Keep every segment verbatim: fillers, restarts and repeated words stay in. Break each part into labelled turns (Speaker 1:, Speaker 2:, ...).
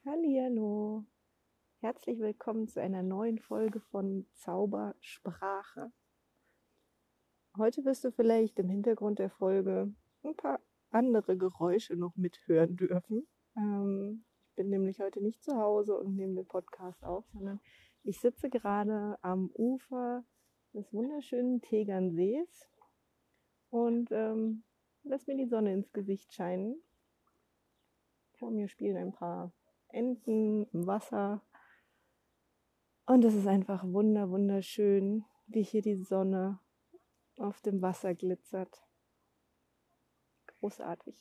Speaker 1: Hallihallo, herzlich willkommen zu einer neuen Folge von Zaubersprache. Heute wirst du vielleicht im Hintergrund der Folge ein paar andere Geräusche noch mithören dürfen. Ähm, ich bin nämlich heute nicht zu Hause und nehme den Podcast auf, sondern ich sitze gerade am Ufer des wunderschönen Tegernsees und ähm, lass mir die Sonne ins Gesicht scheinen. Vor mir spielen ein paar Enten im Wasser. Und es ist einfach wunder, wunderschön, wie hier die Sonne auf dem Wasser glitzert. Großartig.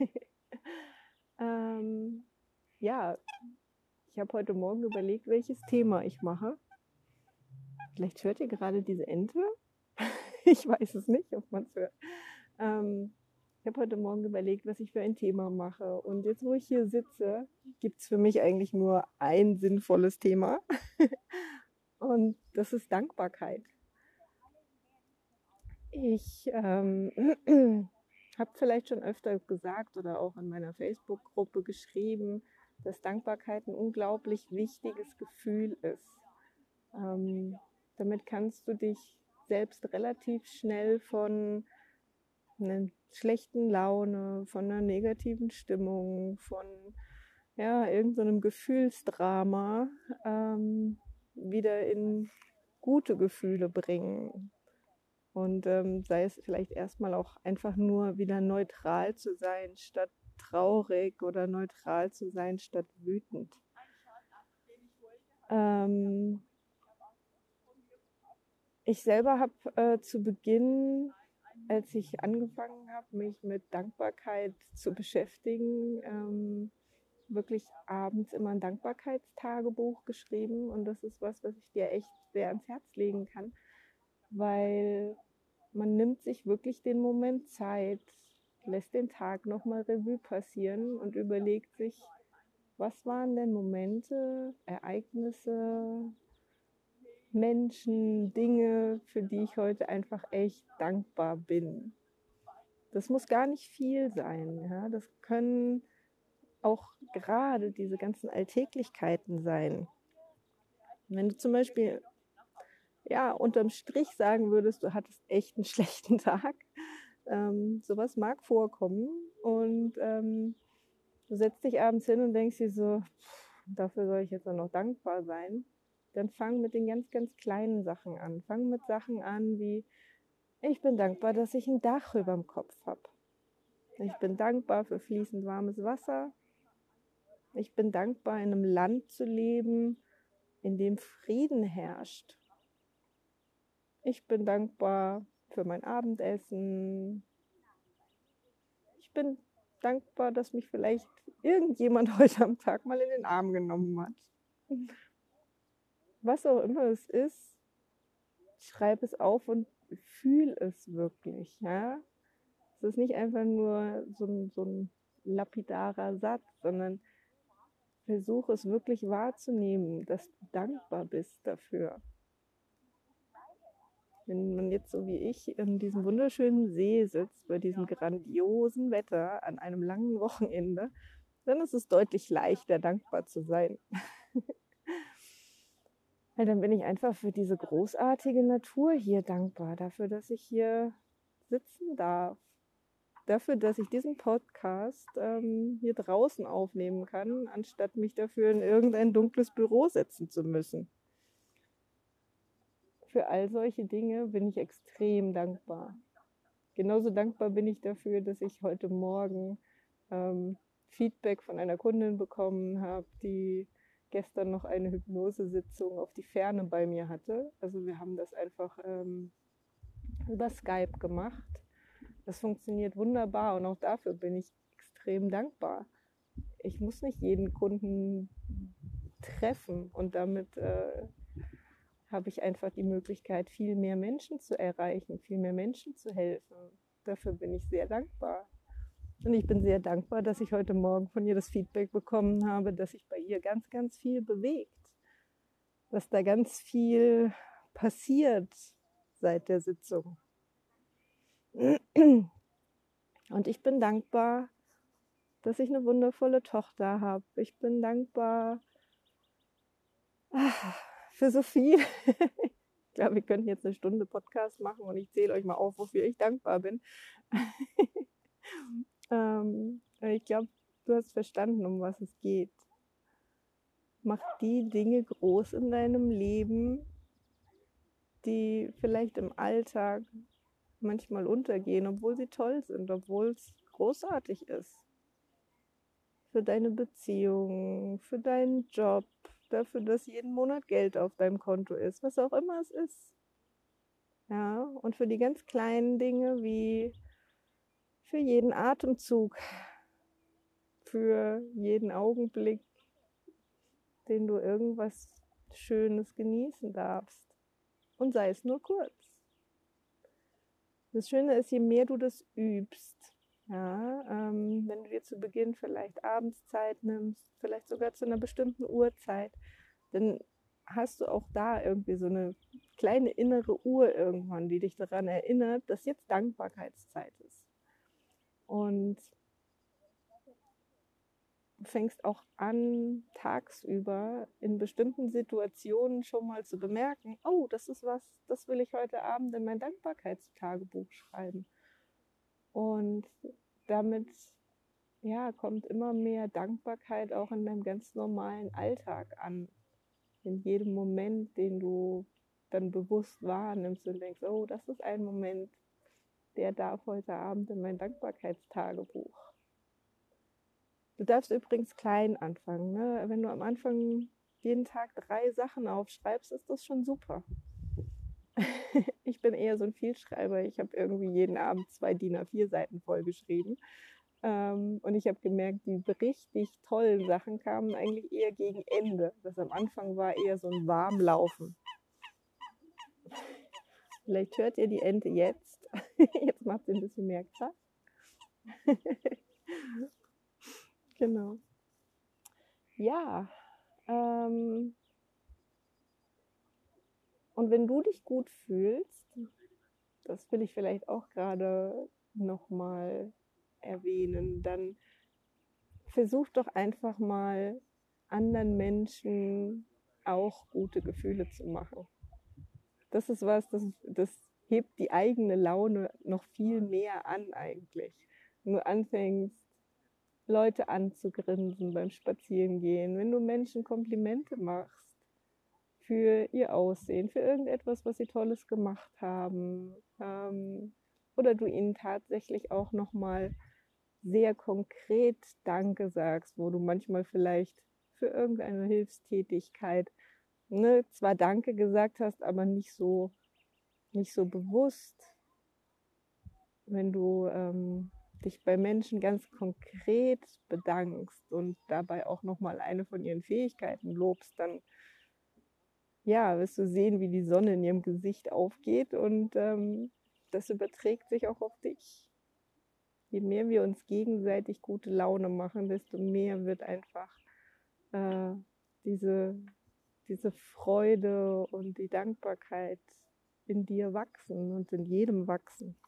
Speaker 1: ähm, ja, ich habe heute Morgen überlegt, welches Thema ich mache. Vielleicht hört ihr gerade diese Ente. Ich weiß es nicht, ob man es hört. Ähm, ich habe heute Morgen überlegt, was ich für ein Thema mache. Und jetzt, wo ich hier sitze, gibt es für mich eigentlich nur ein sinnvolles Thema. Und das ist Dankbarkeit. Ich ähm, habe vielleicht schon öfter gesagt oder auch in meiner Facebook-Gruppe geschrieben, dass Dankbarkeit ein unglaublich wichtiges Gefühl ist. Ähm, damit kannst du dich selbst relativ schnell von einer schlechten Laune, von einer negativen Stimmung, von ja, irgendeinem Gefühlsdrama ähm, wieder in gute Gefühle bringen. Und ähm, sei es vielleicht erstmal auch einfach nur wieder neutral zu sein, statt traurig oder neutral zu sein, statt wütend. Ähm, ich selber habe äh, zu Beginn, als ich angefangen habe, mich mit Dankbarkeit zu beschäftigen, ähm, wirklich abends immer ein Dankbarkeitstagebuch geschrieben. Und das ist was, was ich dir echt sehr ans Herz legen kann, weil man nimmt sich wirklich den Moment Zeit, lässt den Tag nochmal Revue passieren und überlegt sich, was waren denn Momente, Ereignisse, Menschen, Dinge, für die ich heute einfach echt dankbar bin. Das muss gar nicht viel sein. Ja? Das können auch gerade diese ganzen Alltäglichkeiten sein. Wenn du zum Beispiel ja, unterm Strich sagen würdest, du hattest echt einen schlechten Tag, ähm, sowas mag vorkommen und ähm, du setzt dich abends hin und denkst dir so, pff, dafür soll ich jetzt auch noch dankbar sein. Dann fang mit den ganz, ganz kleinen Sachen an. Fang mit Sachen an wie, ich bin dankbar, dass ich ein Dach über dem Kopf habe. Ich bin dankbar für fließend warmes Wasser. Ich bin dankbar, in einem Land zu leben, in dem Frieden herrscht. Ich bin dankbar für mein Abendessen. Ich bin dankbar, dass mich vielleicht irgendjemand heute am Tag mal in den Arm genommen hat. Was auch immer es ist, schreib es auf und fühl es wirklich. Ja? Es ist nicht einfach nur so ein, so ein lapidarer Satz, sondern versuche es wirklich wahrzunehmen, dass du dankbar bist dafür. Wenn man jetzt so wie ich in diesem wunderschönen See sitzt, bei diesem grandiosen Wetter an einem langen Wochenende, dann ist es deutlich leichter, dankbar zu sein. Weil dann bin ich einfach für diese großartige Natur hier dankbar, dafür, dass ich hier sitzen darf, dafür, dass ich diesen Podcast ähm, hier draußen aufnehmen kann, anstatt mich dafür in irgendein dunkles Büro setzen zu müssen. Für all solche Dinge bin ich extrem dankbar. Genauso dankbar bin ich dafür, dass ich heute Morgen ähm, Feedback von einer Kundin bekommen habe, die gestern noch eine Hypnosesitzung auf die Ferne bei mir hatte. Also wir haben das einfach ähm, über Skype gemacht. Das funktioniert wunderbar und auch dafür bin ich extrem dankbar. Ich muss nicht jeden Kunden treffen und damit äh, habe ich einfach die Möglichkeit, viel mehr Menschen zu erreichen, viel mehr Menschen zu helfen. Dafür bin ich sehr dankbar. Und ich bin sehr dankbar, dass ich heute Morgen von ihr das Feedback bekommen habe, dass sich bei ihr ganz, ganz viel bewegt. Dass da ganz viel passiert seit der Sitzung. Und ich bin dankbar, dass ich eine wundervolle Tochter habe. Ich bin dankbar ah, für so viel. Ich glaube, wir könnten jetzt eine Stunde Podcast machen und ich zähle euch mal auf, wofür ich dankbar bin. ähm, ich glaube, du hast verstanden, um was es geht. Mach die Dinge groß in deinem Leben, die vielleicht im Alltag manchmal untergehen, obwohl sie toll sind, obwohl es großartig ist. Für deine Beziehung, für deinen Job, dafür, dass jeden Monat Geld auf deinem Konto ist, was auch immer es ist. Ja, und für die ganz kleinen Dinge wie für jeden Atemzug, für jeden Augenblick, den du irgendwas Schönes genießen darfst. Und sei es nur kurz. Das Schöne ist, je mehr du das übst, ja, ähm, wenn du dir zu Beginn vielleicht abends Zeit nimmst, vielleicht sogar zu einer bestimmten Uhrzeit, dann hast du auch da irgendwie so eine kleine innere Uhr irgendwann, die dich daran erinnert, dass jetzt Dankbarkeitszeit ist. Und du fängst auch an, tagsüber in bestimmten Situationen schon mal zu bemerken, oh, das ist was, das will ich heute Abend in mein Dankbarkeitstagebuch schreiben. Und damit ja, kommt immer mehr Dankbarkeit auch in deinem ganz normalen Alltag an. In jedem Moment, den du dann bewusst wahrnimmst und denkst, oh, das ist ein Moment, der darf heute Abend in mein Dankbarkeitstagebuch. Du darfst übrigens klein anfangen. Ne? Wenn du am Anfang jeden Tag drei Sachen aufschreibst, ist das schon super. Ich bin eher so ein Vielschreiber. Ich habe irgendwie jeden Abend zwei D I N A vier Seiten vollgeschrieben. Ähm, und ich habe gemerkt, die richtig tollen Sachen kamen eigentlich eher gegen Ende. Das am Anfang war eher so ein Warmlaufen. Vielleicht hört ihr die Ente jetzt. Jetzt macht sie ein bisschen mehr Kraft. Genau. Ja. Ähm, und wenn du dich gut fühlst, das will ich vielleicht auch gerade nochmal erwähnen, dann versuch doch einfach mal anderen Menschen auch gute Gefühle zu machen. Das ist was, das, das hebt die eigene Laune noch viel mehr an eigentlich. Wenn du anfängst, Leute anzugrinsen beim Spazierengehen, wenn du Menschen Komplimente machst für ihr Aussehen, für irgendetwas, was sie Tolles gemacht haben, ähm, oder du ihnen tatsächlich auch nochmal sehr konkret Danke sagst, wo du manchmal vielleicht für irgendeine Hilfstätigkeit ne, zwar Danke gesagt hast, aber nicht so, nicht so bewusst. Wenn du ähm, dich bei Menschen ganz konkret bedankst und dabei auch nochmal eine von ihren Fähigkeiten lobst, dann ja, wirst du sehen, wie die Sonne in ihrem Gesicht aufgeht und ähm, das überträgt sich auch auf dich. Je mehr wir uns gegenseitig gute Laune machen, desto mehr wird einfach äh, diese, diese Freude und die Dankbarkeit in dir wachsen und in jedem wachsen.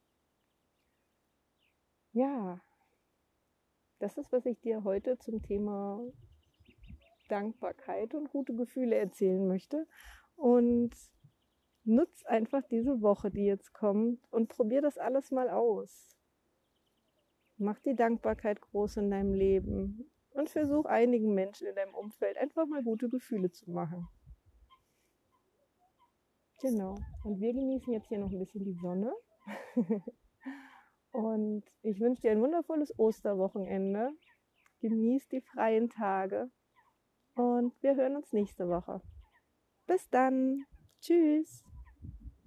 Speaker 1: Ja, das ist, was ich dir heute zum Thema Dankbarkeit und gute Gefühle erzählen möchte. Und nutz einfach diese Woche, die jetzt kommt, und probier das alles mal aus. Mach die Dankbarkeit groß in deinem Leben und versuch einigen Menschen in deinem Umfeld einfach mal gute Gefühle zu machen. Genau. Und wir genießen jetzt hier noch ein bisschen die Sonne. Und ich wünsche dir ein wundervolles Osterwochenende. Genieß die freien Tage. Und wir hören uns nächste Woche. Bis dann. Tschüss.